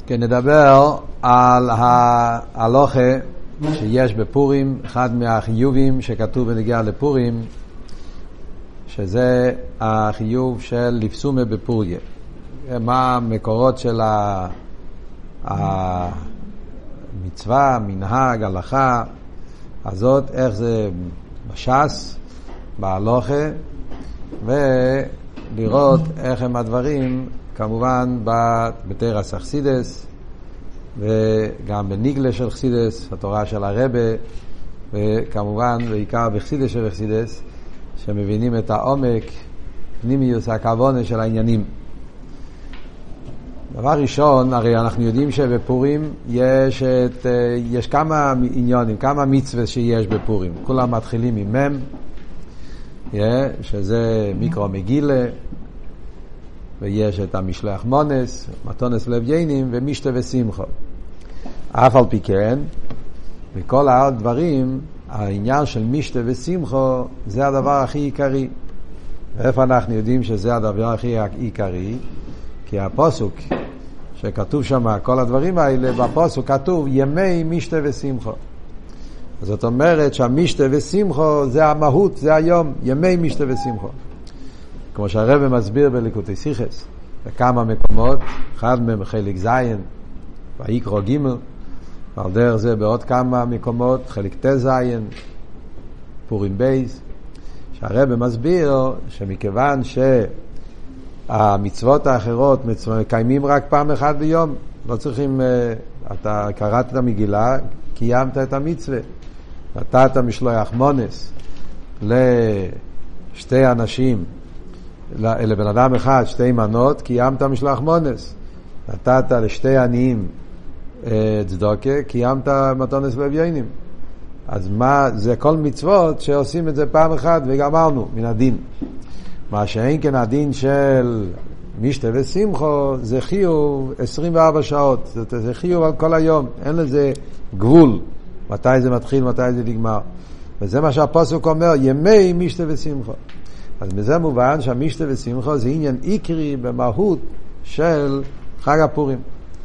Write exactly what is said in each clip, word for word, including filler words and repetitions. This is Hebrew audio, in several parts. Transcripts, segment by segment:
כן, נדבר על ההלוכה שיש בפורים, אחד מהחיובים שכתוב בנגיעה לפורים, שזה החיוב של לפסומה בפוריה. מה המקורות של המצווה, מנהג, הלכה הזאת, איך זה בש"ס, בהלוכה, ולראות איך הם הדברים כמובן בתרס אכסידס וגם בניגלה של אכסידס, התורה של הרבה, וכמובן בעיקר באכסידס של אכסידס, שמבינים את העומק, פנימיוס, הכוונה של העניינים. דבר ראשון, הרי אנחנו יודעים שבפורים יש, את, יש כמה עניונים, כמה מצוות שיש בפורים. כולם מתחילים עם מם, שזה מיקרו מגילה, ויש את המשלח מונס, מתונס לב יינים, ומשתה ושמחו. אף על פי כן, בכל הדברים, העניין של משתה ושמחו, זה הדבר הכי עיקרי. ואיפה אנחנו יודעים שזה הדבר הכי עיקרי? כי הפסוק שכתוב שם, כל הדברים האלה, בפסוק כתוב ימי משתה ושמחו. זאת אומרת שהמשתה ושמחו זה המהות, זה היום, ימי משתה ושמחו. כמו שהרב מסביר בליקוטי שיחס, בכמה מקומות, אחד מהם חלק זין, ויקרא ג', ועל דרך זה בעוד כמה מקומות, חלק ת זין, פורים בייס, שהרב מסביר שמכיוון שהמצוות האחרות מקיימים רק פעם אחת ביום, לא צריכים, אתה קראת את המגילה, קיימת את המצווה, נתת משלוח מונס לשתי אנשים, לבן אדם אחד שתי מנות, קיימת משלוח מונס. נתת לשתי עניים צדוקה, קיימת מתונס לב יינים. אז מה, זה כל מצוות שעושים את זה פעם אחת וגמרנו מן הדין. מה שאין כן הדין של משתה ושמחו, זה חיוב עשרים וארבע שעות, זה, זה חיוב על כל היום, אין לזה גבול מתי זה מתחיל, מתי זה נגמר. וזה מה שהפסוק אומר, ימי משתה ושמחו. אז מזה מובן שהמשתה ושמחו זה עניין עיקרי במהות של חג הפורים.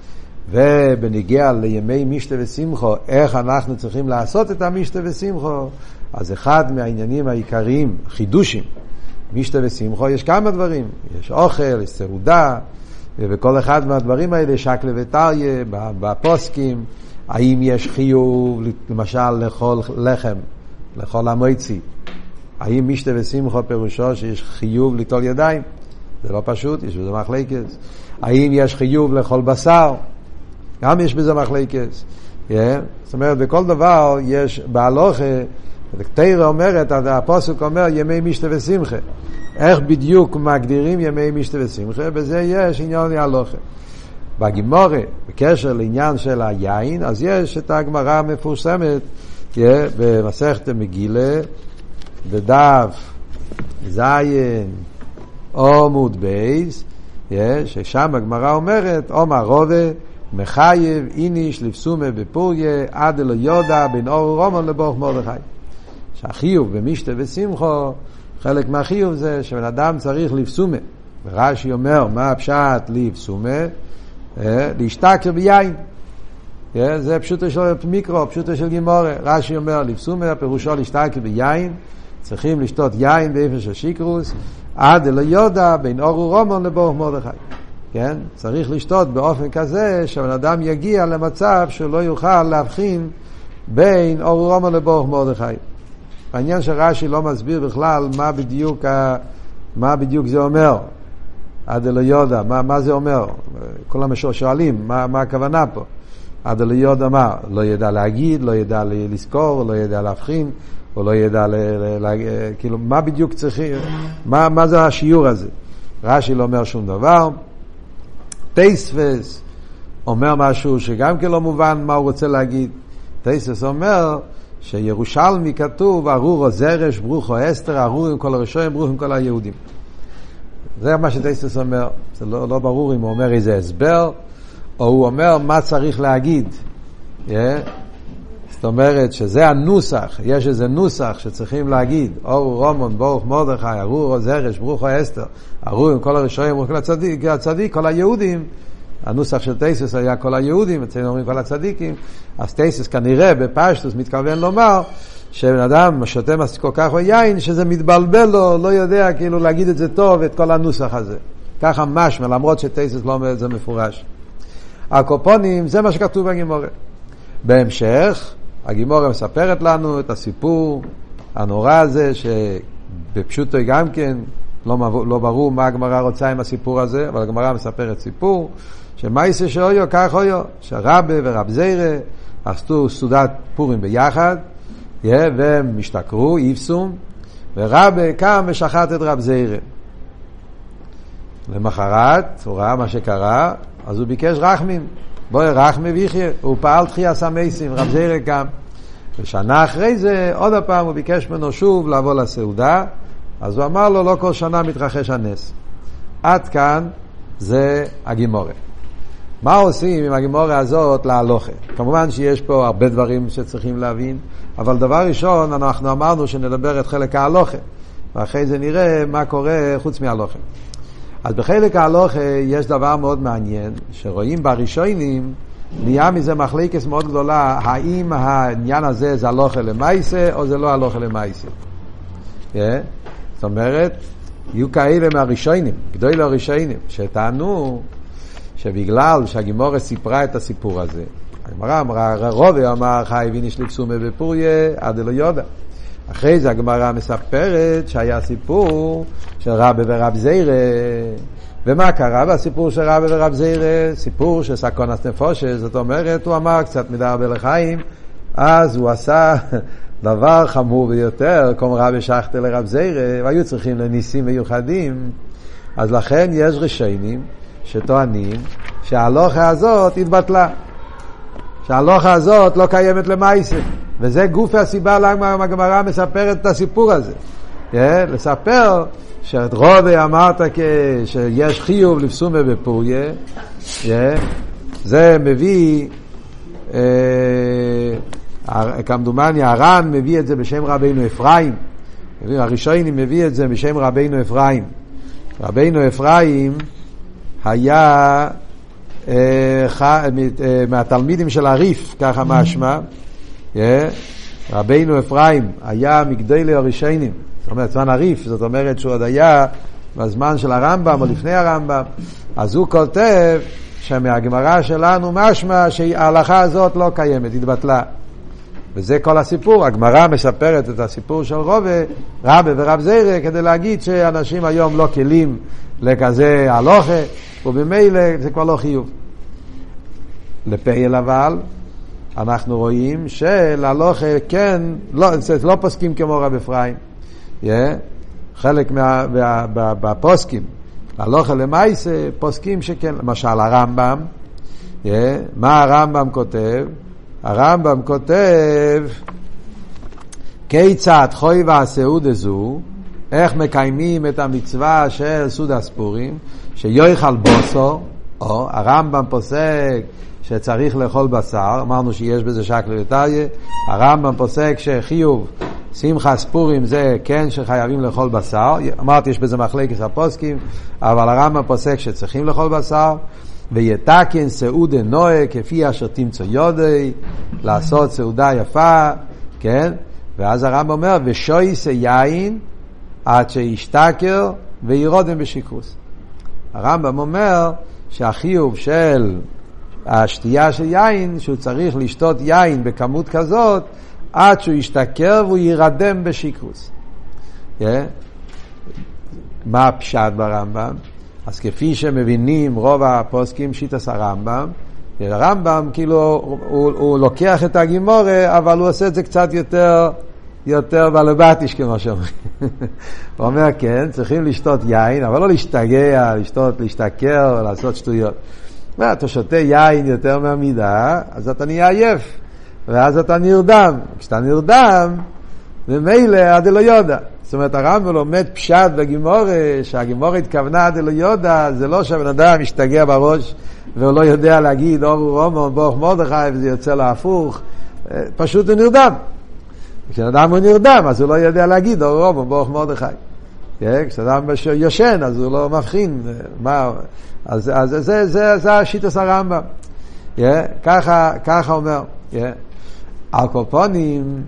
ובנגיע לימי משתה ושמחו, איך אנחנו צריכים לעשות את המשתה ושמחו, אז אחד מהעניינים העיקריים, חידושים, משתה ושמחו, יש כמה דברים. יש אוכל, יש סעודה, ובכל אחד מהדברים האלה יש שקלה וטריה, בפוסקים, האם יש חיוב, למשל, לאכול לחם, לאכול המויצי, האם משתה ושמחו פירושו שיש חיוב ליטול ידיים? זה לא פשוט, יש בזה מחלקת. האם יש חיוב לאכול בשר? גם יש בזה מחלקת. Yeah. זאת אומרת, בכל דבר יש בהלוכה, תורה אומרת, הפסוק אומר ימי משתה ושמחה. איך בדיוק מגדירים ימי משתה ושמחה? בזה יש עניין להלוכה. בגמרא, בקשר לעניין של היין, אז יש את הגמרא המפורסמת, yeah, במסכת מגילה, בדף זין עמוד בייס, ששם הגמרא אומרת, אומר רובה מחייב איניש לפסומה בפוריה עד לא יודע בין אור רומן לברוך מרדכי. שהחיוב במשתה ושמחו, חלק מהחיוב זה שבן אדם צריך לפסומה. רש"י אומר, מה הפשט לפסומה? להשתכר ביין. זה פשוטו של מיקרו, פשוטו של גמרא. רש"י אומר, לפסומה פירושו להשתכר ביין, צריכים לשתות יין באופן של שיקרוס, עד לא יודע בין אור רומן לברוך מרדכי. כן? צריך לשתות באופן כזה שהבן אדם יגיע למצב שלא יוכל להבחין בין אור רומן לברוך מרדכי. העניין שרש"י לא מסביר בכלל מה בדיוק, מה בדיוק זה אומר. עד לא יודע, מה, מה זה אומר? כולם שואלים, מה, מה הכוונה פה? עד לא יודע מה? לא ידע להגיד, לא ידע לזכור, לא ידע להבחין, או לא ידע, ל, ל, ל, כאילו, מה בדיוק צריכים, מה, מה זה השיעור הזה? רש"י לא אומר שום דבר. תייספס אומר משהו שגם כן לא מובן מה הוא רוצה להגיד. תייספס אומר שירושלמי כתוב, ארורו זרש, ברוכו אסתר, ארור עם כל הראשונים, ברוך עם כל היהודים. זה מה שתייספס אומר. זה לא, לא ברור אם הוא אומר איזה הסבר, או הוא אומר מה צריך להגיד. Yeah. זאת אומרת שזה הנוסח, יש איזה נוסח שצריכים להגיד, אור רומן, ברוך מרדכי, ארור זרש, ברוכו אסתר, ארור עם כל הראשונים, כל הצדיק, הצדיק, כל היהודים. הנוסח של תייסס היה כל היהודים, אצלנו אומרים כל הצדיקים, אז תייסס כנראה בפשטוס מתכוון לומר, שבן אדם שותה כל כך יין, שזה מתבלבל לו, לא יודע כאילו להגיד את זה טוב, את כל הנוסח הזה. ככה משמע, למרות שתייסס לא אומר את זה מפורש. הקופונים, זה מה שכתוב בגימורה. בהמשך, הגימורה מספרת לנו את הסיפור הנורא הזה, שבפשוטו גם כן, לא, לא ברור מה הגמרא רוצה עם הסיפור הזה, אבל הגמרא מספרת סיפור, שמייסה שאויו, כך אויו, שרבה ורב זירה, עשו סעודת פורים ביחד, והם השתכרו, איפסום, ורבה קם ושחט את רב זירה. למחרת, הוא ראה מה שקרה, אז הוא ביקש רחמים, בואי רחמי ויחיה, הוא פעל תחייה סמייסים, רב זירה קם. ושנה אחרי זה, עוד הפעם הוא ביקש ממנו שוב לבוא לסעודה, אז הוא אמר לו, לא כל שנה מתרחש הנס. עד כאן זה הגימורה. מה עושים עם הגימורה הזאת להלוכה? כמובן שיש פה הרבה דברים שצריכים להבין, אבל דבר ראשון, אנחנו אמרנו שנדבר את חלק ההלוכה, ואחרי זה נראה מה קורה חוץ מההלוכה. אז בחלק ההלוכה יש דבר מאוד מעניין, שרואים בראשונים, נהיה מזה מחלקת מאוד גדולה, האם העניין הזה זה הלוכה למעשה, או זה לא הלוכה למעשה. Yeah. זאת אומרת, יהיו כאלה מהראשונים, גדולי הראשונים, שטענו שבגלל שהגימורה סיפרה את הסיפור הזה, הגמרא אמרה, רובי אמר, חי ויניש לפסומה בפוריה, עד אלו יודע. אחרי זה הגמרא מספרת שהיה סיפור של רבי ורב זירה, ומה קרה בסיפור של רבי ורב זירה? סיפור של סכנת נפש, זאת אומרת, הוא אמר קצת מדי הרבה לחיים, אז הוא עשה דבר חמור ביותר, כמו רבי שחטה לרב זירה, והיו צריכים לניסים מיוחדים. אז לכן יש ראשונים שטוענים שההלוכה הזאת התבטלה, שההלוכה הזאת לא קיימת למעשה, וזה גוף הסיבה למה הגמרא מספרת את הסיפור הזה. Yeah, לספר שאת רובי אמרת שיש חיוב לפסומה בפוריה, yeah, זה מביא אה, כמדומני הר"ן מביא את זה בשם רבינו אפרים, הראשונים מביא את זה בשם רבינו אפרים. רבינו אפרים היה אה, ח, אה, מהתלמידים של הריף, ככה משמע. yeah, רבינו אפרים היה מגדולי הראשונים, זאת אומרת זמן הריף, זאת אומרת שהוא עוד היה בזמן של הרמב"ם או לפני הרמב"ם. אז הוא כותב שמהגמרא שלנו משמע שההלכה הזאת לא קיימת, התבטלה. וזה כל הסיפור. הגמרא מספרת את הסיפור של רובי, רבי ורב זירה, כדי להגיד שאנשים היום לא כלים לכזה הלוכה, ובמילא זה כבר לא חיוב. לפייל אבל אנחנו רואים שלהלוכה כן, לא, לא פוסקים כמו רב אפרים. Yeah. חלק מה, מה, מה, בפוסקים, להלוכה למעשה, פוסקים שכן, למשל הרמב"ם, yeah. מה הרמב"ם כותב? הרמב"ם כותב, כיצד חויב הסעודה זו, איך מקיימים את המצווה של סעודת פורים, שיאכל בוסו, או הרמב"ם פוסק שצריך לאכול בשר, אמרנו שיש בזה שקל וטריה, הרמב"ם פוסק שחיוב שמחת פורים זה כן שחייבים לאכול בשר, אמרתי יש בזה מחלקת הפוסקים, אבל הרמב"ם פוסק שצריכים לאכול בשר, ויתקן סעודה נועה כפי אשר תמצא יודי, לעשות סעודה יפה, כן? ואז הרמב"ם אומר, ושויס יין עד שישתכר וירודם בשיקרוס. הרמב"ם אומר שהחיוב של השתייה של יין, שהוא צריך לשתות יין בכמות כזאת, עד שהוא ישתכר והוא ירדם בשיקרוס. Yeah. מה הפשט ברמב"ם? אז כפי שמבינים רוב הפוסקים שיטת הרמב"ם, הרמב"ם כאילו הוא, הוא, הוא לוקח את הגימורה, אבל הוא עושה את זה קצת יותר, יותר בלבטיש כמו שאומרים. הוא אומר כן, צריכים לשתות יין, אבל לא להשתגע, לשתות, להשתכר, לעשות שטויות. אתה שותה יין יותר מהמידה, אז אתה נהיה עייף, ואז אתה נרדם. כשאתה נרדם, ומילא עד אלו יודע. זאת אומרת, הרמב"ם לומד פשט בגימורה, שהגימורה התכוונה עד אלו יודע, זה לא שהבן אדם משתגע בראש, והוא לא יודע להגיד אורו רומו, ברוך מרדכי, וזה יוצא לו הפוך. פשוט הוא נרדם. כשאדם הוא נרדם, אז הוא לא יודע להגיד אורו רומו, ברוך מרדכי. כשאדם יושן אז הוא לא מבחין מה, אז, אז זה, זה, זה, זה השיטת הרמב"ם. ככה, ככה אומר. על כל פנים,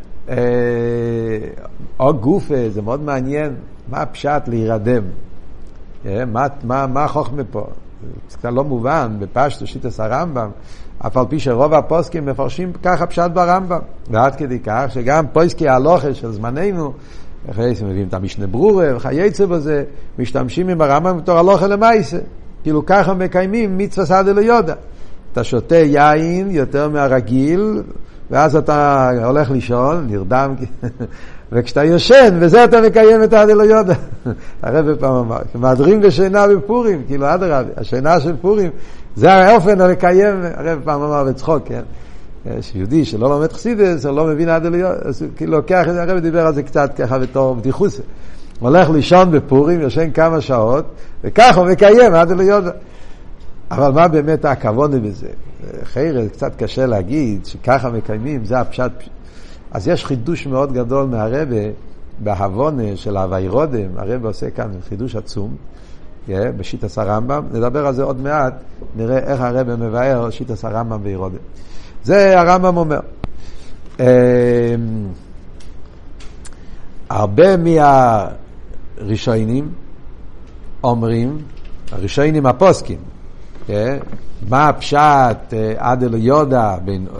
או גופה, זה מאוד מעניין, מה הפשט להירדם? מה, מה, מה החוכמה פה? זה קצת לא מובן, בפשט שיטת הרמב"ם, אף על פי שרוב הפוסקים מפרשים ככה פשט ברמב"ם, ועד כדי כך שגם פוסקי ההלכה של זמננו, אחרי זה מביאים את המשנה ברורה וכייצא בזה, משתמשים עם הרמב"ם בתור הלכה למעשה, כאילו ככה מקיימים מצווה סעדה לא יודע. אתה שותה יין יותר מהרגיל, ואז אתה הולך לישון, נרדם, וכשאתה יושן, וזה אתה מקיים את העדה לא יודע. הרב פעם אמר, מעדרים לשינה בפורים, כאילו עד הרב, השינה של פורים, זה האופן לקיים, הרב פעם אמר בצחוק, כן? יש יהודי שלא לומד חסידות, לא מבין עדה לא יודע, אז כאילו לוקח, הרב דיבר על זה קצת ככה בתור בדיחוס. הולך לישון בפורים, יושן כמה שעות, וככה הוא מקיים עדה לא יודע. אבל מה באמת הכוונה בזה? אחרת, קצת קשה להגיד שככה מקיימים, זה הפשט. אז יש חידוש מאוד גדול מהרבא בהבונה של הווירודם, הרבא עושה כאן חידוש עצום, בשיטת הרמב"ם, נדבר על זה עוד מעט, נראה איך הרבא מבאר שיטת הרמב"ם וירודם. זה הרמב"ם אומר. הרבה מהראשונים אומרים, הראשונים הפוסקים, מה הפשט עד אלו יודע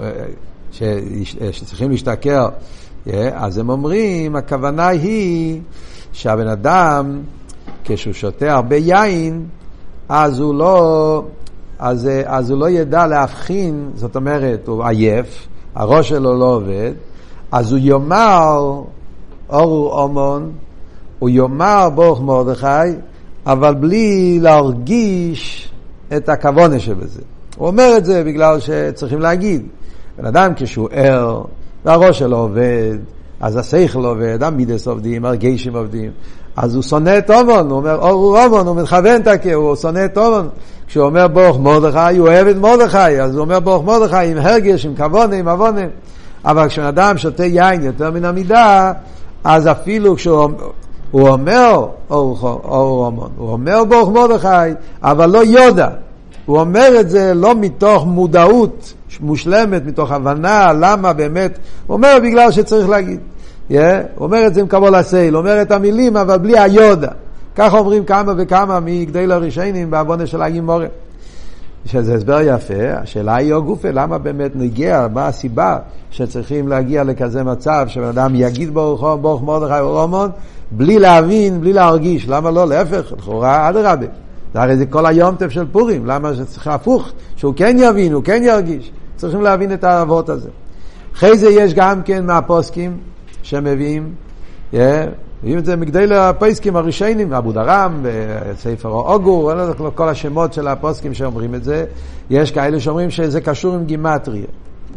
שצריכים להשתכר, אז הם אומרים הכוונה היא שהבן אדם כשהוא שותה הרבה יין אז הוא לא אז, אז הוא לא ידע להבחין, זאת אומרת הוא עייף, הראש שלו לא עובד, אז הוא יאמר אורו אומון, הוא יאמר ברוך מרדכי, אבל בלי להרגיש את הכוונה שבזה. הוא אומר את זה בגלל שצריכים להגיד. בן אדם כשהוא ער, והראש שלו עובד, אז השכל עובד, המידס עובדים, הרגשים עובדים, אז הוא שונא את אומון, הוא אומר אורו אומון, הוא מתכוון תקה, הוא שונא את אומון. כשהוא אומר ברוך מרדכי, הוא אוהב את מרדכי, אז הוא אומר ברוך מרדכי עם הרגש, עם כוונה, עם אבונה. אבל כשבן אדם שותה יין יותר מן המידה, אז אפילו כשהוא הוא אומר אורו אומון, הוא אומר ברוך מרדכי, אבל לא יודע. הוא אומר את זה לא מתוך מודעות מושלמת, מתוך הבנה למה באמת, הוא אומר בגלל שצריך להגיד. Yeah, הוא אומר את זה עם קבול הסייל, הוא אומר את המילים אבל בלי היודע. ככה אומרים כמה וכמה מגדל הראשונים בעבונה של הגימורה. שזה הסבר יפה, השאלה היא או גופה, למה באמת נגיע, מה הסיבה שצריכים להגיע לכזה מצב שבן אדם יגיד ברוך ברוך מרדכי ורומון, בלי להבין, בלי להרגיש, למה לא? להפך, לכאורה עד רבה. זה הרי זה כל היום טף של פורים, למה שצריך להפוך, שהוא כן יבין, הוא כן ירגיש, צריכים להבין את האהבות הזה. אחרי זה יש גם כן מהפוסקים שמביאים, yeah, מביאים את זה מגדל הפוסקים הראשונים, אבו דרם, ספר אוגור, כל השמות של הפוסקים שאומרים את זה, יש כאלה שאומרים שזה קשור עם גימטריה.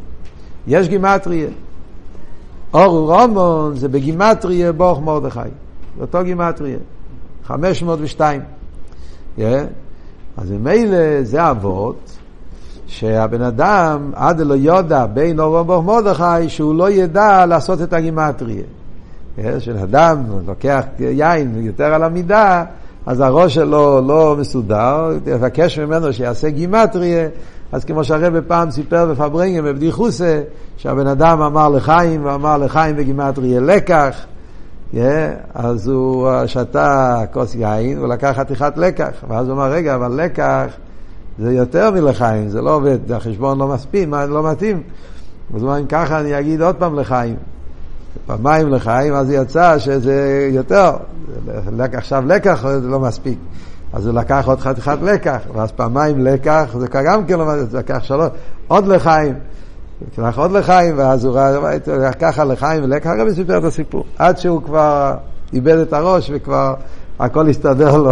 יש גימטריה. אורו רומון זה בגימטריה ברוך מרדכי. זה אותו גימטריה. חמש מאות ושתיים. Yeah. אז ממילא זה אבות שהבן אדם עד לא יודע בין אור ברוך מרדכי שהוא לא ידע לעשות את הגימטריה. Yeah. שאדם לוקח יין יותר על המידה, אז הראש שלו לא מסודר, תבקש ממנו שיעשה גימטריה. אז כמו שהרב פעם סיפר בפברנגן בבדיחוסה, שהבן אדם אמר לחיים ואמר לחיים בגימטריה לקח, Yeah, אז הוא שתה כוס יין, הוא לקח חתיכת לקח, ואז הוא אמר, רגע, אבל לקח זה יותר מלחיים, זה לא עובד, החשבון לא מספיק, לא מתאים. אז הוא אמר, אם ככה אני אגיד עוד פעם לחיים, פעמיים לחיים, אז יצא שזה יותר, עכשיו לקח זה לא מספיק. אז הוא לקח עוד חתיכת לקח, ואז פעמיים לקח, זה גם כן, זה לקח שלוש, עוד לחיים. לקח עוד לחיים, ואז הוא לקח לחיים ולקח, גם סיפר את הסיפור. עד שהוא כבר איבד את הראש וכבר הכל הסתדר לו.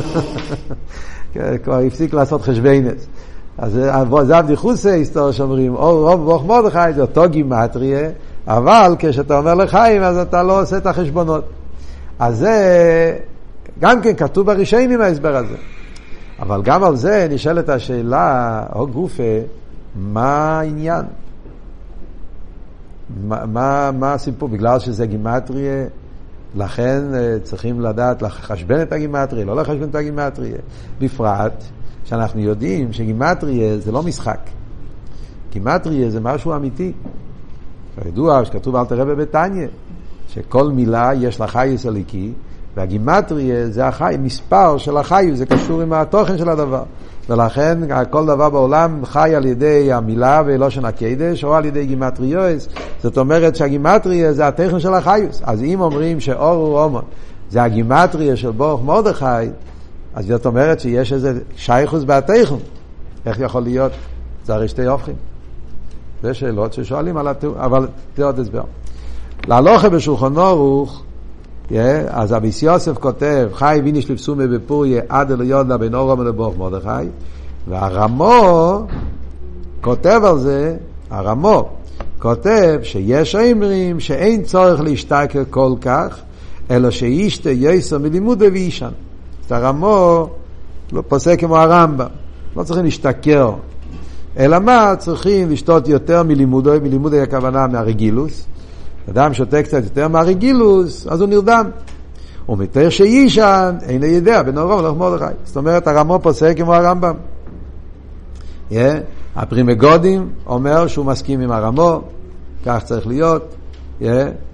כבר הפסיק לעשות חשבינס. אז זה הבדיחוסה היסטוריה שאומרים, אור ברוך מרדכי זה אותו גימטריה, אבל כשאתה אומר לחיים אז אתה לא עושה את החשבונות. אז זה גם כן כתוב בראשונים ההסבר הזה. אבל גם על זה נשאלת השאלה, או גופה, מה העניין? מה, מה, מה הסיפור? בגלל שזה גימטריה, לכן צריכים לדעת לחשבן את הגימטריה, לא לחשבן את הגימטריה. בפרט שאנחנו יודעים שגימטריה זה לא משחק. גימטריה זה משהו אמיתי. ידוע שכתוב אל תראה בבתניה, שכל מילה יש לה חייס אליקי, והגימטריה זה החי, מספר של החי, זה קשור עם התוכן של הדבר. ולכן כל דבר בעולם חי על ידי המילה ולושן הקדש, או על ידי גימטריוס. זאת אומרת שהגימטריה זה התוכן של החיוס. אז אם אומרים שאור הוא אומן, זה הגימטריה של ברוך מרדכי, אז זאת אומרת שיש איזה שייכוס בהתוכן. איך יכול להיות? זה הרי שתי הופכים. זה שאלות ששואלים על התיאור, אבל זה עוד הסבר. להלוכה בשולחן ערוך, Yeah, אז אביס יוסף כותב חי ויניש לפסומי בפוריה עד אלו יודלה בין אורם ולברוך מרדכי, והרמו כותב על זה, הרמו כותב שיש אומרים שאין צורך להשתכר כל כך, אלא שישתה יסר מלימוד ואישן. אז הרמו לא פוסק כמו הרמב"ם, לא צריכים להשתכר, אלא מה? צריכים לשתות יותר מלימודו, מלימודו הכוונה מהרגילוס. אדם שותה קצת יותר מהרגילוס, אז הוא נרדם. ומתר שישן, אין הידע, בין אורם ולברוך מרדכי. זאת אומרת, הרמו פוסק כמו הרמב"ם. Yeah. הפרימגודים אומר שהוא מסכים עם הרמו, כך צריך להיות. Yeah.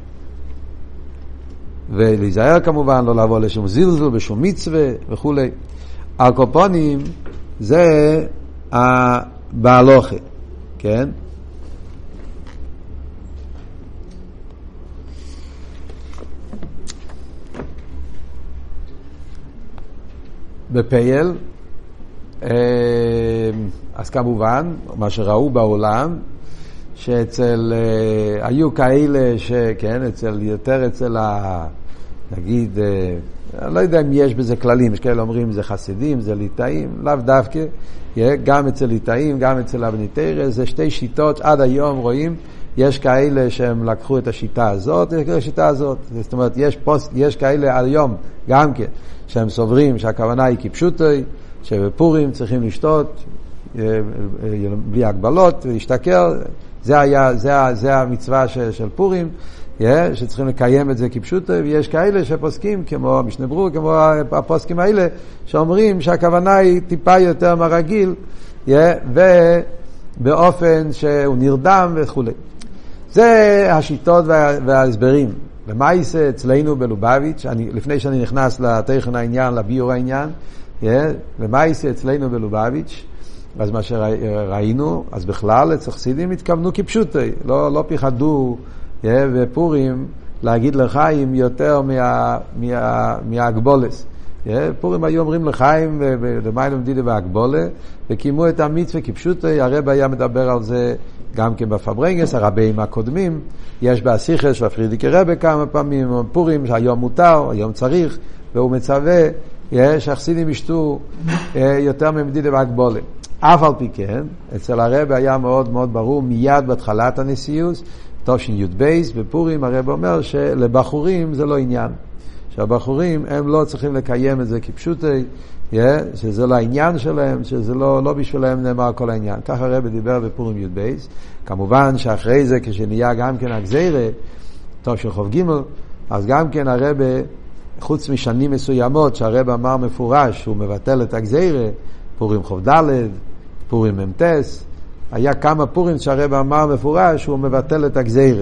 ולהיזהר כמובן, לא לבוא לשום זלזול, בשום מצווה וכו'. הקופונים זה בהלוכה, כן? בפייל, אז כמובן, מה שראו בעולם, שאצל, היו כאלה שכן, אצל, יותר אצל ה, נגיד, אני לא יודע אם יש בזה כללים, יש כאלה אומרים זה חסידים, זה ליטאים, לאו דווקא, גם אצל ליטאים, גם אצל אבני תרא, זה שתי שיטות, עד היום רואים, יש כאלה שהם לקחו את השיטה הזאת, יש כאלה השיטה הזאת, זאת אומרת, יש, פוסט, יש כאלה על יום, גם כן, שהם סוברים שהכוונה היא כפשוטי, שבפורים צריכים לשתות, בלי הגבלות, להשתכר, זה היה, זה, זה המצווה של, של פורים, שצריכים לקיים את זה כפשוטי, ויש כאלה שפוסקים, כמו משנה ברורה, כמו הפוסקים האלה, שאומרים שהכוונה היא טיפה יותר מהרגיל, ובאופן שהוא נרדם וכו'. זה השיטות וה, וההסברים. למעשה אצלנו בלובביץ', אני, לפני שאני נכנס לתכן העניין, לביור העניין, yeah, למעשה אצלנו בלובביץ', אז מה שראינו, אז בכלל אצל חסידים התכוונו כפשוטי, לא, לא פיחדו yeah, בפורים להגיד לחיים יותר מה, מה, מהאגבולס. Yeah, פורים היו אומרים לחיים ולמי לומדידה והאגבולה, וקימו את המצווה כפשוטי, הרב היה מדבר על זה גם כן בפברנגס, הרבים הקודמים, יש באסיכס של הפרידיקי רבי כמה פעמים, פורים שהיום מותר, היום צריך, והוא מצווה, שהחסידים ישתו יותר ממדידה והגבולה. אף על פי כן, אצל הרבי היה מאוד מאוד ברור, מיד בהתחלת הנשיאות, תושין י' בייס, בפורים הרבי אומר שלבחורים זה לא עניין. שהבחורים הם לא צריכים לקיים את זה כפשוטי, Yeah, שזה לא העניין שלהם, שזה לא, לא בשבילהם נאמר כל העניין. ככה הרב דיבר בפורים י' בייס. כמובן שאחרי זה, כשנהיה גם כן הגזירה, טוב של חוב ג', אז גם כן הרב, חוץ משנים מסוימות, שהרב אמר מפורש, הוא מבטל את הגזירה, פורים חוב ד', פורים ממתס, היה כמה פורים שהרב אמר מפורש, הוא מבטל את הגזירה.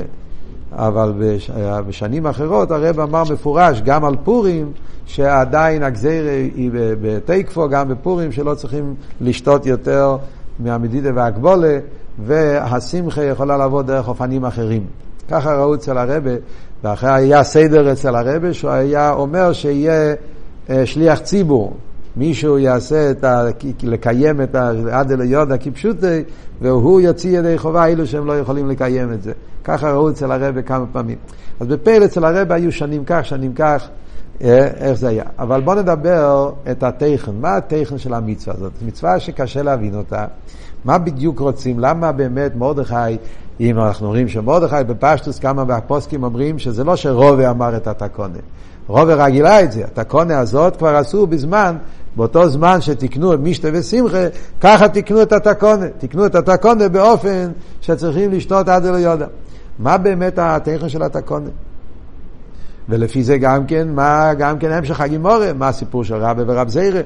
אבל בש... בשנים אחרות הרב אמר מפורש גם על פורים שעדיין הגזירה היא בתקפו, גם בפורים שלא צריכים לשתות יותר מהמדידה והגבולה, והשמחה יכולה לעבוד דרך אופנים אחרים. ככה ראו אצל הרב, ואחרי היה סדר אצל הרב שהוא היה אומר שיהיה שליח ציבור, מישהו יעשה את ה... לקיים את עד אל יודה כפשוטי, והוא יוציא ידי חובה אילו שהם לא יכולים לקיים את זה. ככה ראו אצל הרב כמה פעמים. אז בפעיל אצל הרב היו שנים כך, שנים כך, איך זה היה. אבל בוא נדבר את התכן. מה התכן של המצווה הזאת? מצווה שקשה להבין אותה. מה בדיוק רוצים? למה באמת מרדכי, אם אנחנו אומרים שמרדכי בפשטוס כמה והפוסקים אומרים שזה לא שרובה אמר את התקונה. רובה רגילה את זה. התקונה הזאת כבר עשו בזמן, באותו זמן שתקנו את משתה ושמחה, ככה תקנו את התקונה. תקנו את התקונה באופן שצריכים לשתות עד אלו יודע. מה באמת התכן של התקונה? ולפי זה גם כן, מה גם כן המשך הגימורה, מה הסיפור של רבי ורב זיירה.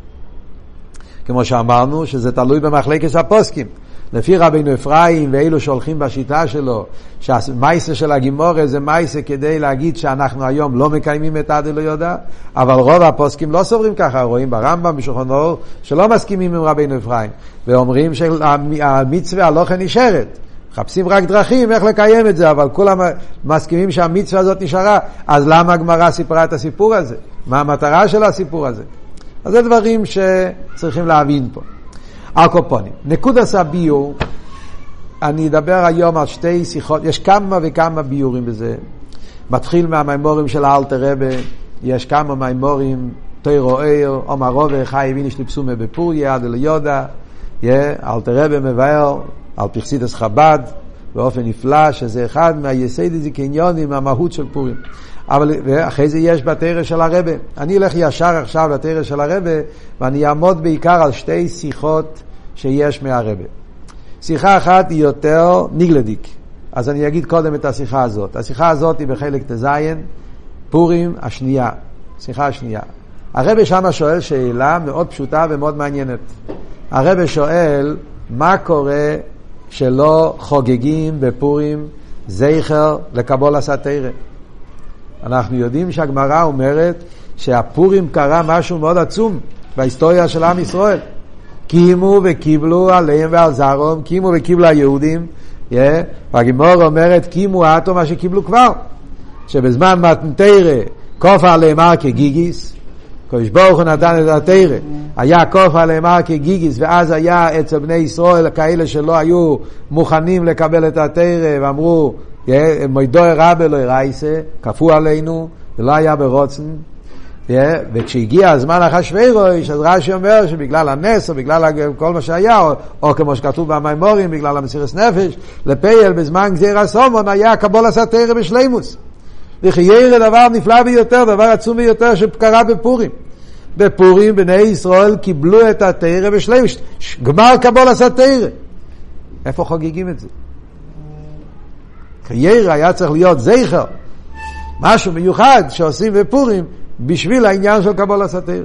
כמו שאמרנו, שזה תלוי במחלקת הפוסקים. לפי רבינו אפרים ואילו שהולכים בשיטה שלו, שהמייסה של הגימורה זה מייסה כדי להגיד שאנחנו היום לא מקיימים את עד לא יודע, אבל רוב הפוסקים לא סוברים ככה, רואים ברמב"ם, בשולחן אור, שלא מסכימים עם רבינו אפרים, ואומרים שהמצווה הלכה נשארת. מחפשים רק דרכים איך לקיים את זה, אבל כולם מסכימים שהמצווה הזאת נשארה. אז למה הגמרא סיפרה את הסיפור הזה? מה המטרה של הסיפור הזה? אז זה דברים שצריכים להבין פה. הקופונים. נקודת הביור, אני אדבר היום על שתי שיחות, יש כמה וכמה ביורים בזה. מתחיל מהמימורים של האלטר רבי, יש כמה מימורים, תוירו עיר, אומר רובה, חי ויניש לפסומה בפוריה, עד ליודה, האלטר רבי מבאר על פרסידס חב"ד, באופן נפלא, שזה אחד מהיסודי זקניונים, מהמהות של פורים. אבל אחרי זה יש בתורה של הרבי. אני אלך ישר עכשיו לתורה של הרבי, ואני אעמוד בעיקר על שתי שיחות שיש מהרבי. שיחה אחת היא יותר ניגלדיק. אז אני אגיד קודם את השיחה הזאת. השיחה הזאת היא בחלק תזיין, פורים השנייה. שיחה השנייה. הרבי שמה שואל שאלה מאוד פשוטה ומאוד מעניינת. הרבי שואל, מה קורה שלא חוגגים בפורים זכר לקבולת התורה? אנחנו יודעים שהגמרא אומרת שהפורים קרה משהו מאוד עצום בהיסטוריה של עם ישראל. קימו וקיבלו עליהם ועל זרום, קימו וקיבלו היהודים, yeah. והגמרא אומרת קימו עתו מה שקיבלו כבר, שבזמן מתן תורה כופה עליהם הר כגיגיס, הקדוש ברוך הוא נתן את התורה, היה כופה עליהם הר כגיגיס, ואז היה אצל בני ישראל כאלה שלא היו מוכנים לקבל את התורה ואמרו מוידוי רבי לא ירייסה, כפו עלינו, ולא היה ברוצן. וכשהגיע הזמן אחשוורוש, אז רש"י אומר שבגלל הנס, או בגלל כל מה שהיה, או, או כמו שכתוב במימורים, בגלל המסירות נפש, לפייל בזמן גזיר הסומון, היה קבולת התורה בשלימוס. וחייר דבר נפלא ביותר, דבר עצום ביותר שקרה בפורים. בפורים בני ישראל קיבלו את התורה בשלימוס, גמר קבולת התורה. איפה חוגגים את זה? חייר היה צריך להיות זכר, משהו מיוחד שעושים בפורים בשביל העניין של קבולת התורה.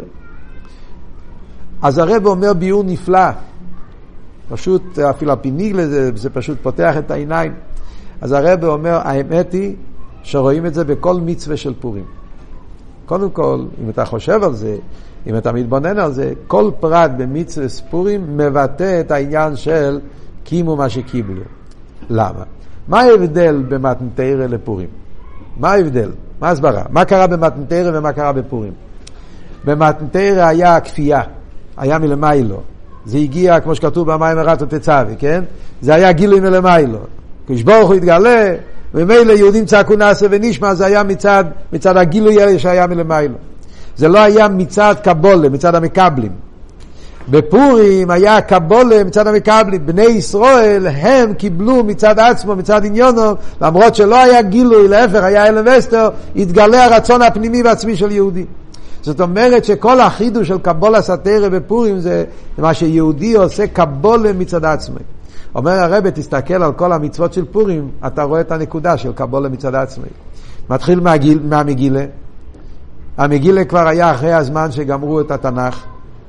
אז הרב אומר ביור נפלא, פשוט אפילו הפיניגלה זה, זה פשוט פותח את העיניים. אז הרב אומר, האמת היא שרואים את זה בכל מצווה של פורים. קודם כל, אם אתה חושב על זה, אם אתה מתבונן על זה, כל פרט במצווה פורים מבטא את העניין של קימו מה שקיבלו. למה? מה ההבדל במתן תורה לפורים? מה ההבדל? מה הסברה? מה קרה במתן תורה ומה קרה בפורים? במתן תורה היה כפייה, היה מלמיילו. זה הגיע, כמו שכתוב במים הרתו תצאבי, כן? זה היה גילוי מלמיילו. הקדוש ברוך הוא התגלה, ומילא יהודים צעקו נעשה ונשמע, זה היה מצד, מצד הגילוי שהיה מלמיילו. זה לא היה מצד קבולה, מצד המקבלים. בפורים היה קבולה מצד המקבלים. בני ישראל הם קיבלו מצד עצמו, מצד עניונו, למרות שלא היה גילוי, להפך היה אלם וסתר, התגלה הרצון הפנימי והעצמי של יהודי. זאת אומרת שכל החידוש של קבולת התורה בפורים זה מה שיהודי עושה קבולה מצד עצמו. אומר הרב, תסתכל על כל המצוות של פורים, אתה רואה את הנקודה של קבולה מצד עצמו. מתחיל מהגיל, מהמגילה. המגילה כבר היה אחרי הזמן שגמרו את התנ"ך.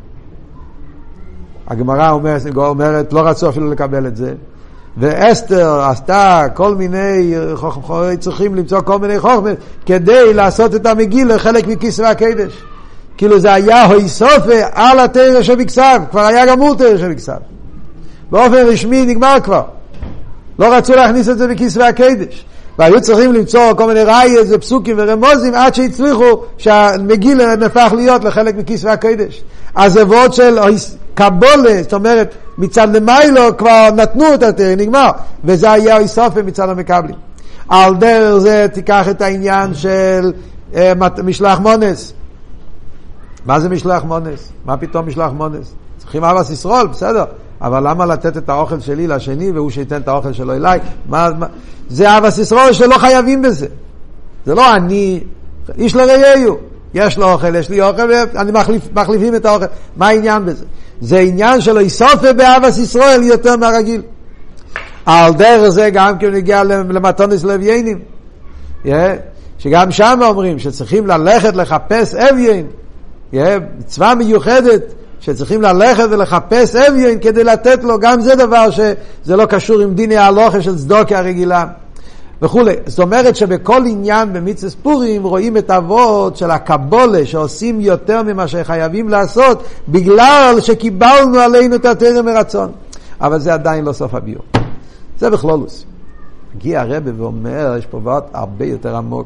הגמרא אומרת, אומרת, לא רצו אפילו לקבל את זה. ואסתר עשתה כל מיני, צריכים למצוא כל מיני חוכמות, כדי לעשות את המגילה חלק מכסרי הקדש. כאילו זה היה הויסופה על התורה שבכסף, כבר היה גמור תורה שבכסף. באופן רשמי נגמר כבר. לא רצו להכניס את זה בכסרי הקדש. והיו צריכים למצוא כל מיני ראיות ופסוקים ורמוזים עד שהצליחו שהמגילה נפח להיות לחלק מכסרי הקדש. אז זה ועוד של קבולה, זאת אומרת מצד למיילו כבר נתנו את התורה, נגמר. וזה היה איסופה מצד המקבלים. על דרך זה תיקח את העניין של אה, משלח מונס. מה זה משלח מונס? מה פתאום משלח מונס? צריכים אבס ישרול, בסדר. אבל למה לתת את האוכל שלי לשני והוא שייתן את האוכל שלו אליי? מה, מה? זה אבס ישרול שלא חייבים בזה. זה לא אני, איש לרעיהו. יש לו אוכל, יש לי אוכל, ואני מחליף, מחליפים את האוכל. מה העניין בזה? זה עניין שלו איסופה באבס ישראל יותר מהרגיל. על דרך זה גם כי הוא נגיע למתונס לוויינים. שגם שם אומרים שצריכים ללכת לחפש אביין, מצווה מיוחדת שצריכים ללכת ולחפש אביין כדי לתת לו, גם זה דבר שזה לא קשור עם דיני ההלוכה של צדוקה הרגילה וכולי. זאת אומרת שבכל עניין במצוות פורים רואים את האבות של הקבולה שעושים יותר ממה שחייבים לעשות בגלל שקיבלנו עלינו את התורה מרצון. אבל זה עדיין לא סוף הביור, זה בכלולוס. הגיע הרב ואומר, יש פה ואות הרבה יותר עמוק.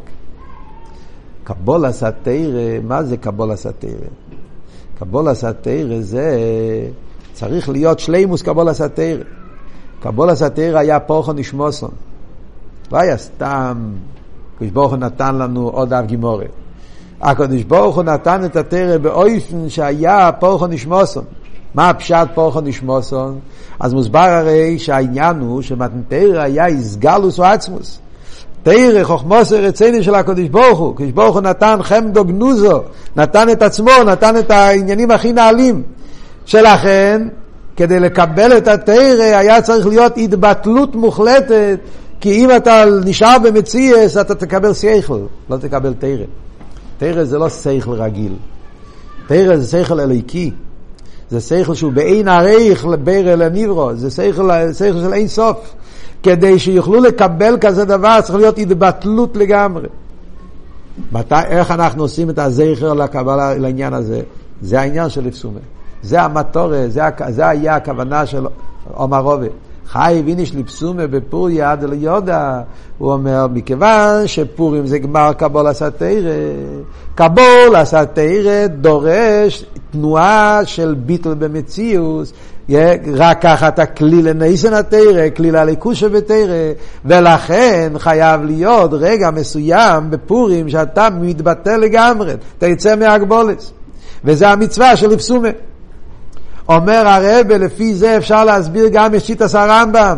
קבולה סתירה, מה זה קבולה סתירה? קבולה סתירה זה צריך להיות שלימוס קבולה סתירה. קבולה סתירה היה פורחו נשמוסון, לא היה סתם הקדוש ברוך הוא נתן לנו עוד אב גימורת. הקדוש ברוך הוא נתן את התורה באופן שהיה פורחו נשמוסון. מה הפשט פורחו נשמוסון? אז מוסבר הרי שהעניין הוא שמתנתרה היה איסגלוס או עצמוס. תרא חוכמוס רציני של הקדוש ברוך הוא. הקדוש ברוך הוא נתן חמדו גנוזו, נתן את עצמו, נתן את העניינים הכי נעלים. שלכן כדי לקבל את התרא היה צריך להיות התבטלות מוחלטת, כי אם אתה נשאר במציאס אתה תקבל שכל, לא תקבל תרא. תרא זה לא שכל רגיל, תרא זה שכל אלוקי, זה שכל שהוא באין עריך לבר לנברו, זה שכל, שכל של אין סוף. כדי שיוכלו לקבל כזה דבר צריך להיות התבטלות לגמרי. מתי, איך אנחנו עושים את הזכר לקבלה, לעניין הזה? זה העניין של לפסומה, זה המטורה, זה, זה היה הכוונה של עומר רובה. חי ויניש לפסומה בפוריה עד ליודע, הוא אומר מכיוון שפורים זה גמר קבול הסתירה, קבול הסתירה דורש תנועה של ביטל במציאות, רק ככה אתה כליל לניסן התירה, כליל הליכוש שבתירה, ולכן חייב להיות רגע מסוים בפורים שאתה מתבטל לגמרי, אתה יצא מהגבולת, וזה המצווה של לפסומה. אומר הרב, לפי זה אפשר להסביר גם את שיטת הרמב"ם.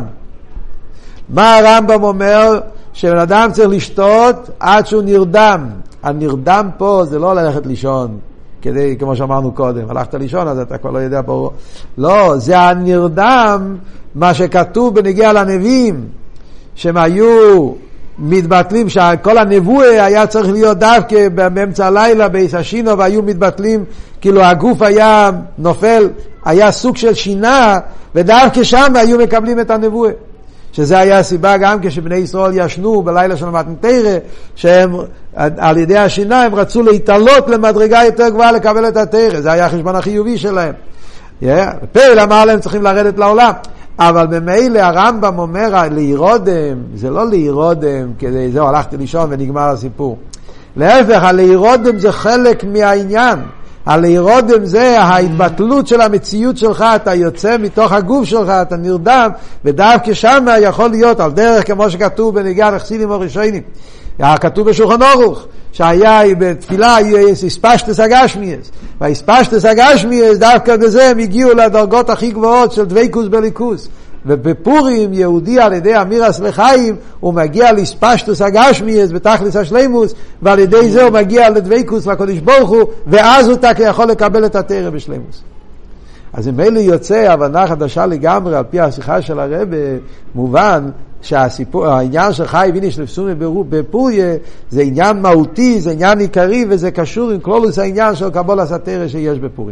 מה הרמב"ם אומר? שבן אדם צריך לשתות עד שהוא נרדם. הנרדם פה זה לא ללכת לישון, כדי, כמו שאמרנו קודם, הלכת לישון אז אתה כבר לא יודע פה. לא, זה הנרדם, מה שכתוב בנגיע לנביאים, שהם היו מתבטלים, שכל הנבואה היה צריך להיות דווקא באמצע הלילה בעיס השינו, והיו מתבטלים, כאילו הגוף היה נופל, היה סוג של שינה, ודווקא שם היו מקבלים את הנבואה. שזה היה הסיבה גם כשבני ישראל ישנו בלילה של מתנתרה, שהם על ידי השינה הם רצו להתעלות למדרגה יותר גבוהה לקבל את התורה, זה היה החשבון החיובי שלהם. פרל אמר להם צריכים לרדת לעולם, אבל במילא הרמב"ם אומר להירודם, זה לא להירודם כדי זהו הלכתי לישון ונגמר הסיפור. להפך, הלהירודם זה חלק מהעניין. הלהירודם זה ההתבטלות של המציאות שלך, אתה יוצא מתוך הגוף שלך, אתה נרדם, ודווקא שם יכול להיות על דרך כמו שכתוב בנגיעה לחסידים הראשונים. כתוב בשולחן ערוך שהיה בתפילה הספשטס הגשמיאס, והספשטס הגשמיאס דווקא בזה הם הגיעו לדרגות הכי גבוהות של דבקות בליכוס. ובפורים יהודי על ידי אמירס לחיים הוא מגיע לספשטוס הגשמיאס בתכלס השלימוס, ועל ידי זה הוא מגיע לדבקות לקדוש ברוך הוא, ואז הוא תק יכול לקבל את התורה בשלימוס. אז אם אלה יוצא הבנה חדשה לגמרי על פי השיחה של הרב, מובן שהסיפור, העניין של חי ויניש לפסומי בפוריה זה עניין מהותי, זה עניין עיקרי, וזה קשור עם כלולוס העניין של קבולת התורה שיש בפורים.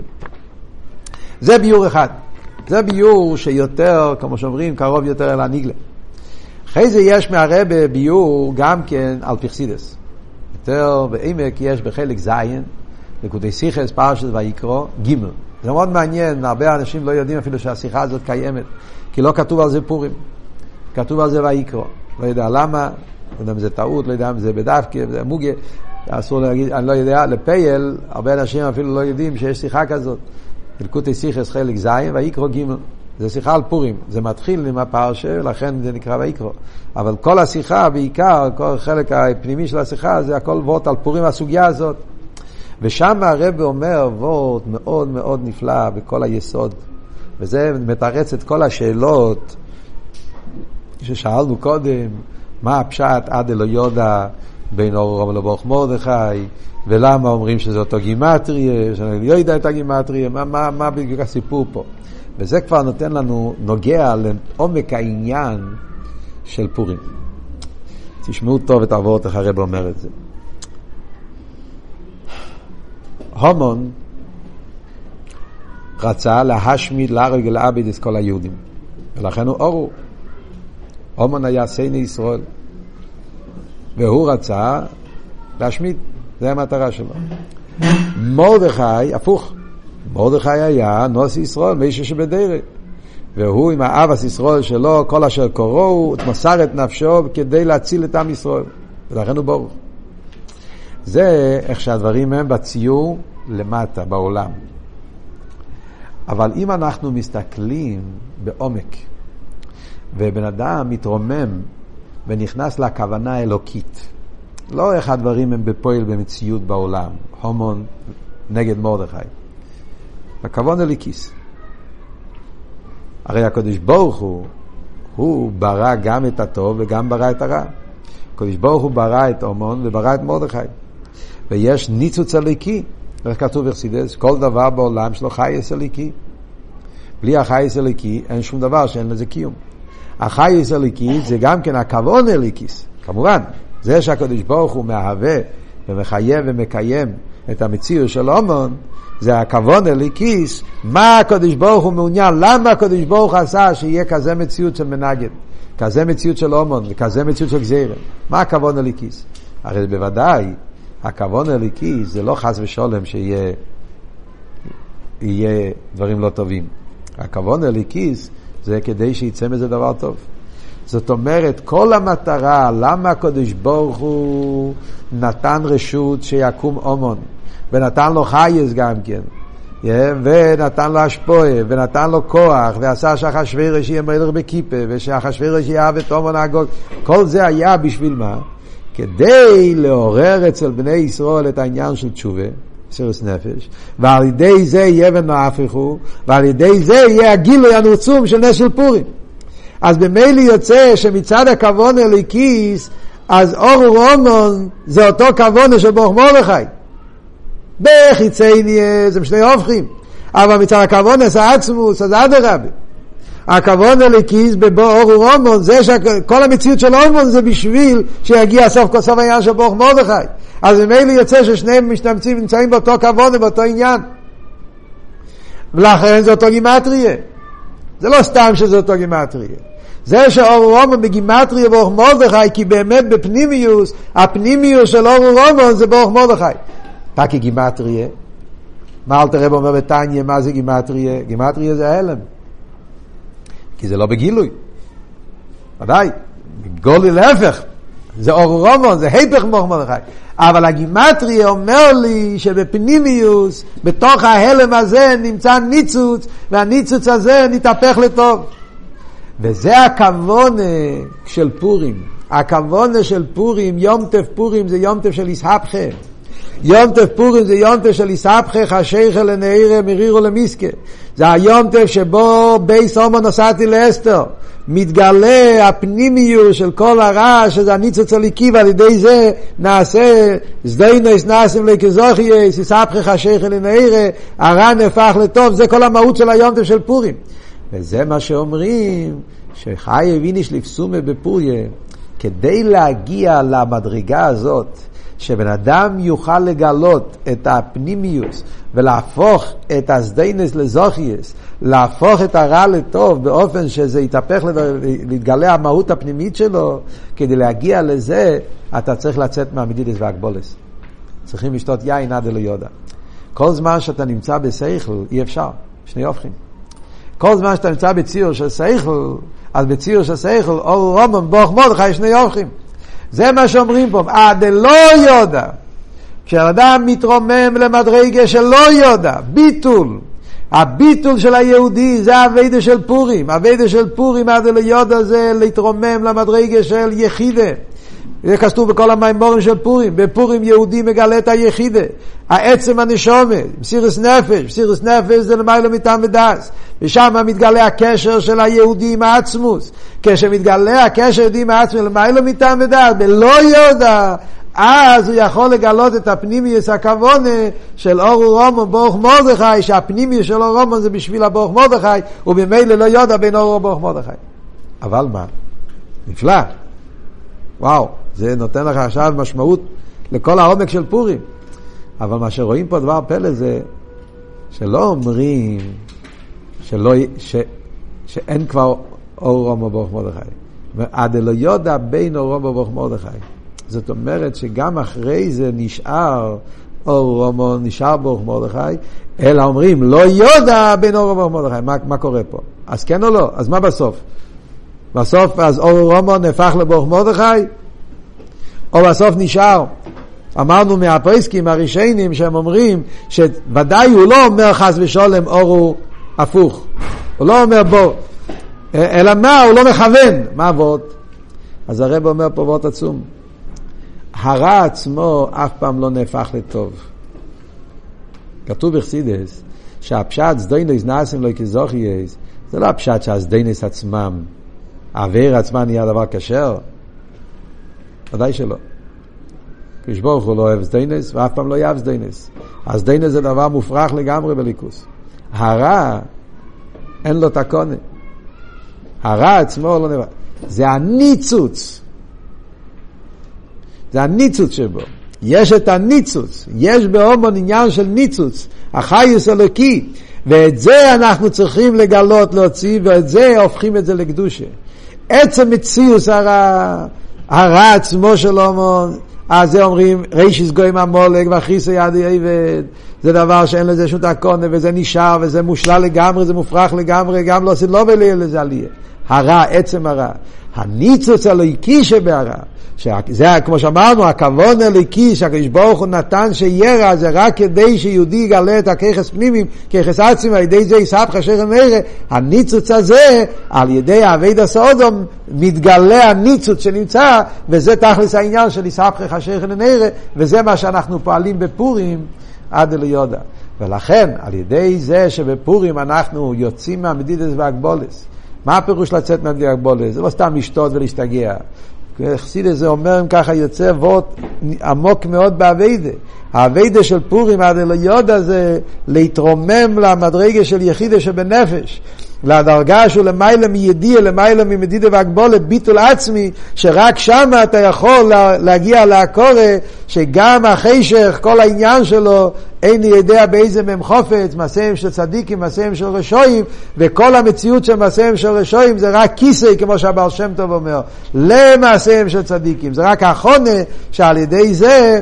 זה ביור אחד, זה ביור שיותר, כמו שאומרים, קרוב יותר אל הנגלה. אחרי זה יש מהרבה ביור גם כן על פרסידס. יותר בעמק יש בחלק זין, נקודי שיחס, פרשת ויקרא, גימל. זה מאוד מעניין, הרבה אנשים לא יודעים אפילו שהשיחה הזאת קיימת, כי לא כתוב על זה פורים. כתוב על זה ויקרא. לא יודע למה, לא יודע אם זה טעות, לא יודע אם זה בדווקא, זה מוגה, אסור להגיד, אני לא יודע, לפייל, הרבה אנשים אפילו לא יודעים שיש שיחה כזאת. נקודי שיחס חלק זין ויקרא גימל. זה שיחה על פורים, זה מתחיל עם הפרשה, לכן זה נקרא ויקרא. אבל כל השיחה, בעיקר, כל חלק הפנימי של השיחה, זה הכל וורט על פורים הסוגיה הזאת. ושם הרב אומר וורט מאוד מאוד נפלא בכל היסוד. וזה מתרץ את כל השאלות ששאלנו קודם, מה הפשט עד אלו יודע בין אורם לברוך מרדכי, ולמה אומרים שזה אותו גימטריה, שאני לא יודע את הגימטריה, מה, מה, מה בדיוק הסיפור פה. וזה כבר נותן לנו, נוגע לעומק העניין של פורים. תשמעו טוב את העבורת איך הרב אומר את זה. הומון רצה להשמיד, להרוג, להאבד את כל היהודים, ולכן הוא אורו. הומון היה סייני ישראל, והוא רצה להשמיד, זה המטרה שלו. מרדכי, הפוך, מרדכי היה נושא ישראל, מישהו שבדרך, והוא עם האבס ישראל שלו, כל אשר קורו, הוא מסר את נפשו כדי להציל את עם ישראל, ולכן הוא ברוך. זה איך שהדברים הם בציור למטה, בעולם. אבל אם אנחנו מסתכלים בעומק, ובן אדם מתרומם ונכנס לכוונה האלוקית, לא איך הדברים הם בפועל במציאות בעולם, הומון נגד מרדכי, הכוונה אלוקיס. הרי הקדוש ברוך הוא, הוא ברא גם את הטוב וגם ברא את הרע. הקדוש ברוך הוא ברא את הומון וברא את מרדכי. ויש ניצוץ אלוקי, איך כתוב בחסידות, כל דבר בעולם שלו חייס אלוקי. בלי החייס אלוקי אין שום דבר שאין לזה קיום. החייס אלוקי זה גם כן הכוונה אלוקיס, כמובן. זה שהקדוש ברוך הוא מהווה ומחייב ומקיים את המציאות של הומון, זה הכוונה אלוקיס. מה הקדוש ברוך הוא מעוניין? למה הקדוש ברוך הוא עשה שיהיה כזה מציאות של מנגד, כזה מציאות של הומון וכזה מציאות של גזירה? מה הכוונה אלוקיס? הרי בוודאי הכוונה אלוקיס זה לא חס ושלום שיהיה יהיה דברים לא טובים. הכוונה אלוקיס זה כדי שיצא מזה דבר טוב. זאת אומרת, כל המטרה, למה הקדוש ברוך הוא נתן רשות שיקום הומון, ונתן לו חייס גם כן, ונתן לו השפועה, ונתן לו כוח, ועשה שאחשוורוש יהיה מלך בכיפה, ושאחשוורוש יאהב את הומון הגוי. כל זה היה בשביל מה? כדי לעורר אצל בני ישראל את העניין של תשובה, מסירות נפש, ועל ידי זה יהיה ונהפכו, ועל ידי זה יהיה הגילוי הנעצום של נס של פורים. אז במילא יוצא שמצד הכוונה אלוקיס, אז אור הומון זה אותו כוונה של ברוך מרדכי. בחיצי נהיה, זה שני הופכים. אבל מצד הכוונה זה עצמוס, אז אדרבה. הכוונה אלוקיס באור הומון, זה שכל המציאות של הומון זה בשביל שיגיע סוף כל סוף העניין של ברוך מרדכי. אז במילא יוצא ששניהם משתמצים, נמצאים באותו כוונה, באותו עניין. ולכן זה אותו גימטריה. זה לא סתם שזה אותו גימטריה. זה שאור הומון בגימטריה ברוך מרדכי, כי באמת בפנימיוס, הפנימיוס של אור הומון זה ברוך מרדכי. תקי גימטריה. מה אלתר רב אומר בתניא, מה זה גימטריה? גימטריה זה ההלם. כי זה לא בגילוי. ודאי, גולי להפך. זה אור הומון, זה היפך ברוך מרדכי. אבל הגימטריה אומר לי שבפנימיוס, בתוך ההלם הזה נמצא ניצוץ, והניצוץ הזה נתהפך לטוב. וזה הכוונה של פורים. הכוונה של פורים, יום טף פורים זה יום טף של ישהפכה. יום טף פורים זה יום טף של ישהפכה, חשיכה לנעירה מרירו למיסקה. זה היום טף שבו בייס הומון נסעתי לאסתר. מתגלה הפנימיות של כל הרע, שזה הניצוץ אלוקי, ועל ידי זה נעשה זדיינס נעשים לכזוכייס, ישהפכה חשיכה לנעירה, הרע נהפך לטוב. זה כל המהות של היום טף של פורים. וזה מה שאומרים, שחי הביניש לפסומה בפוריה, כדי להגיע למדרגה הזאת, שבן אדם יוכל לגלות את הפנימיוס, ולהפוך את הסדיינס לזוכייס, להפוך את הרע לטוב, באופן שזה יתהפך, להתגלה המהות הפנימית שלו, כדי להגיע לזה, אתה צריך לצאת מהמדידס והגבולס. צריכים לשתות יין עד אלו יודע. כל זמן שאתה נמצא בשכל, אי אפשר, שני הופכים. כל זמן שאתה נמצא בציור של שכל, אז בציור של שכל, אור הומון ברוך מרדכי שני הופכים. זה מה שאומרים פה, עד לא יודע. כשאדם מתרומם למדרגה של לא יודע, ביטול. הביטול של היהודי זה הווידה של פורים. הווידה של פורים עד לא יודע זה להתרומם למדרגה של יחידה. זה כתוב בכל המיימורים של פורים. בפורים יהודי מגלה את היחידה. העצם הנשומה, מסירות נפש. מסירות נפש זה למעלה מטעם ודעת. ושם מתגלה הקשר של היהודי עם העצמוס. כשמתגלה הקשר היהודי עם העצמוס למעלה מטעם ודעת, ולא יודע, אז הוא יכול לגלות את הפנימיוס הכוונה של אור הומון ברוך מרדכי, שהפנימיוס של אור הומון זה בשביל הברוך מרדכי, ובמילא לא יודע בין אור וברוך מרדכי. אבל מה? נפלא. וואו, זה נותן לך עכשיו משמעות לכל העומק של פורים. אבל מה שרואים פה דבר פלא זה שלא אומרים שלא, ש, שאין כבר אור רומו ברוך מרדכי. עד אלא יודע בין אור רומו ברוך מרדכי. זאת אומרת שגם אחרי זה נשאר אור רומו, נשאר ברוך מרדכי, אלא אומרים לא יודע בין אור רומו ברוך מרדכי. מה, מה קורה פה? אז כן או לא? אז מה בסוף? בסוף אז אור רומו נהפך לברוך מרדכי? או בסוף נשאר? אמרנו מהפריסקים הראשונים שהם אומרים שוודאי הוא לא אומר חס ושולם אור הוא הפוך, הוא לא אומר בו, אלא מה? הוא לא מכוון. מה עבוד? אז הרב אומר פה עבוד עצום, הרע עצמו אף פעם לא נהפך לטוב. כתוב בחסידות שהפשט זדיינס נעשים לו כזוכייס, זה לא הפשט שהזדיינס עצמם העבירה עצמה נהיה דבר כשר, ודאי שלא. הקדוש ברוך הוא לא אוהב זדיינס ואף פעם לא יאהב זדיינס. אז זדיינס זה דבר מופרך לגמרי בליכוס. הרע אין לו תקונה, הרע עצמו לא נברא, זה הניצוץ, זה הניצוץ שבו. יש את הניצוץ, יש בהומון עניין של ניצוץ, החייס אלוקי, ואת זה אנחנו צריכים לגלות, להוציא, ואת זה הופכים את זה לקדושה. עצם מציאוס הרע, הרע עצמו של הומון, אז זה אומרים רישיס גויים המולק ואחריסו ידי עבד, זה דבר שאין לזה שום תקונה, וזה נשאר וזה מושלל לגמרי, זה מופרך לגמרי, גם לא עושים לא בלי לזה עלייה. הרע, עצם הרע, הניצוץ הלויקי שבהרע, שזה כמו שאמרנו, הכוון הלויקי שהקדוש ברוך הוא נתן שיהיה רע, זה רק כדי שיהודי יגלה את הכיחס פנימיים, כיחס עצמי, על ידי זה יסבך אשר נראה. הניצוץ הזה, על ידי העבד הסעודום, מתגלה הניצוץ שנמצא, וזה תכלס העניין של יסבך אשר נראה, וזה מה שאנחנו פועלים בפורים עד אליודע. ולכן, על ידי זה שבפורים אנחנו יוצאים מהמדידס והגבולס, מה הפירוש לצאת מהמדידס והגבולס? זה לא סתם לשתות ולהשתגע. חסידות זה אומר אם ככה יוצא וורט עמוק מאוד בעבודה. העבודה של פורים עד אליודע זה להתרומם למדרגה של יחידה שבנפש, לדרגה שהוא למעלה מידיע, למעלה ממדידה והגבולה, ביטול עצמי, שרק שם אתה יכול להגיע להקורא, שגם החשך, כל העניין שלו, אין יודע באיזה מהם חופץ, מעשיהם של צדיקים, מעשיהם של רשועים, וכל המציאות של מעשיהם של רשועים זה רק כיסא, כמו שהבעל שם טוב אומר, למעשיהם של צדיקים. זה רק החונה שעל ידי זה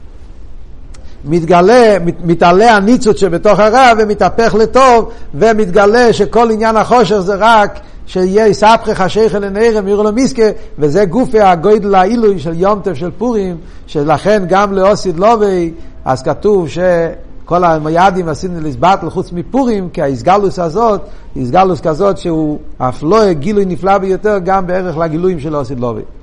מתגלה, מת, מתעלה הניצוץ שבתוך הרע ומתהפך לטוב, ומתגלה שכל עניין החושך זה רק שיהיה יספחך השייך אל הנערם יראו למיסקה, וזה גופי הגוידל העילוי של יום טף של פורים, שלכן גם לאוסיד לובי אז כתוב שכל המיידים עשינו לסבטל חוץ מפורים, כי ההסגלוס הזאת הסגלוס כזאת שהוא אף לא גילוי נפלא ביותר גם בערך לגילויים של אוסיד לובי.